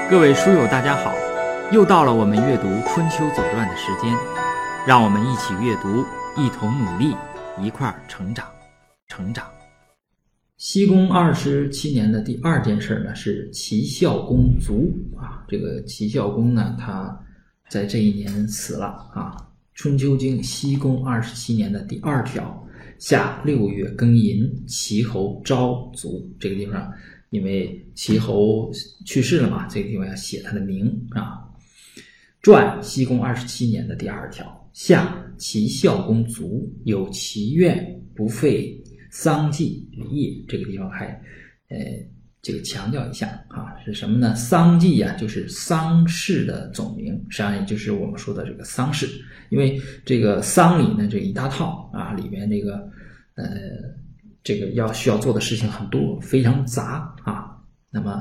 各位书友大家好，又到了我们阅读春秋左传的时间，让我们一起阅读，一同努力，一块儿成长。西公27年的第二件事呢，是齐孝公卒啊。这个齐孝公呢，他在这一年死了啊。春秋经西公27年的第2条，夏6月庚寅，齐侯昭卒。这个地方因为齐侯去世了嘛，这个地方要写他的名啊。传西公27年的第2条，夏齐孝公卒，有其愿，不废丧祭礼业。这个地方还这个强调一下啊，是什么呢？丧祭啊，就是丧事的总名，实际上也就是我们说的这个丧事。因为这个丧礼呢，这一大套啊，里面这个需要做的事情很多，非常杂啊。那么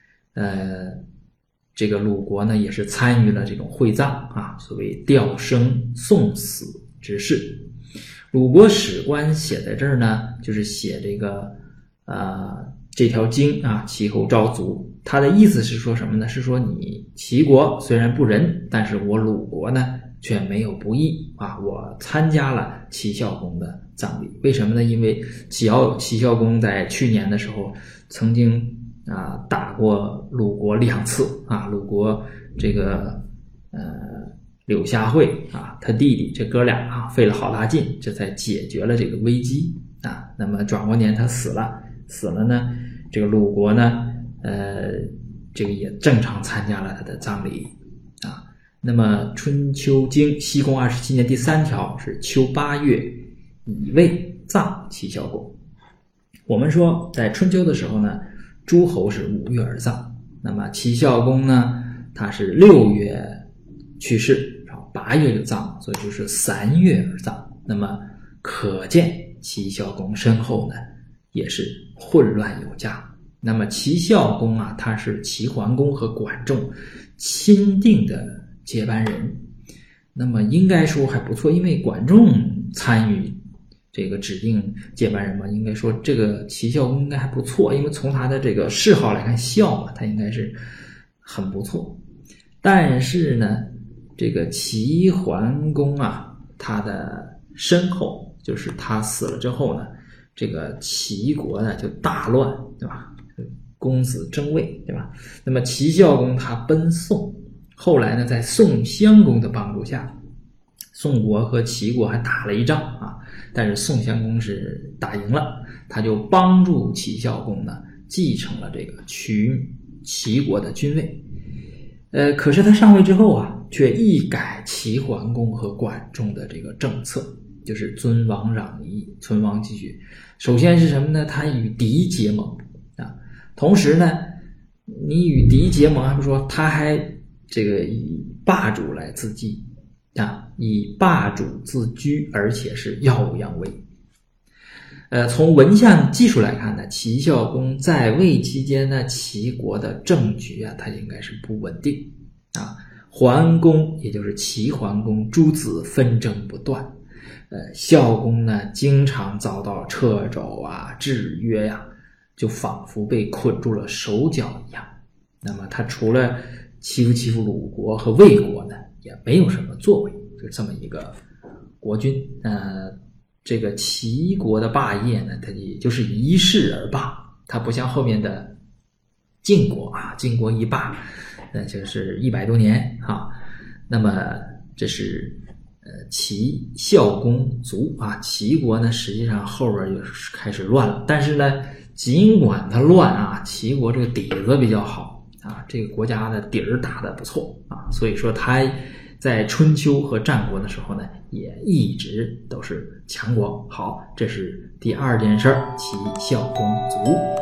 这个鲁国呢，也是参与了这种会葬啊，所谓吊生送死之事。鲁国史官写在这儿呢，就是写这个这条经啊，齐侯昭卒，他的意思是说什么呢？是说你齐国虽然不仁，但是我鲁国呢却没有不义啊！我参加了齐孝公的葬礼，为什么呢？因为齐孝公在去年的时候曾经打过鲁国2次啊，鲁国这个柳下惠啊，他弟弟这哥俩啊费了好大劲，这才解决了这个危机啊。那么转过年他死了呢，这个鲁国呢这个也正常参加了他的葬礼啊。那么春秋经西公27年第3条是秋8月，乙未葬齐孝公。我们说在春秋的时候呢，诸侯是5月而葬，那么齐孝公呢，他是6月去世，8月就葬，所以就是3月而葬。那么可见齐孝公身后呢也是混乱有加。那么齐孝公啊，他是齐桓公和管仲钦定的接班人，那么应该说还不错，因为管仲参与这个指定接班人嘛，应该说这个齐孝公应该还不错，因为从他的这个谥号来看，孝嘛，他应该是很不错。但是呢，这个齐桓公啊，他的身后就是他死了之后呢，这个齐国呢就大乱，对吧？公子争位，对吧？那么齐孝公他奔宋，后来呢，在宋襄公的帮助下，宋国和齐国还打了一仗啊，但是宋襄公是打赢了，他就帮助齐孝公呢继承了这个齐国的君位。可是他上位之后啊，却一改齐桓公和管仲的这个政策，就是尊王攘夷，存亡继续。首先是什么呢？他与敌结盟啊，同时呢，你与敌结盟还不说，他还这个以霸主来自居啊，以霸主自居，而且是耀武扬威。从文献技术来看呢，齐孝公在位期间呢，齐国的政局啊，它应该是不稳定啊。桓公也就是齐桓公诸子纷争不断，孝公呢经常遭到掣肘啊、制约呀，就仿佛被捆住了手脚一样。那么他除了欺负鲁国和魏国呢，也没有什么作为，就这么一个国君。这个齐国的霸业呢，它也就是一世而霸，它不像后面的晋国啊，晋国一霸就是100多年啊。那么这是齐孝公卒啊，齐国呢实际上后边就开始乱了，但是呢尽管它乱啊，齐国这个底子比较好啊，这个国家的底儿打得不错啊，所以说它在春秋和战国的时候呢，也一直都是强国。好，这是第2件事，齐孝公卒。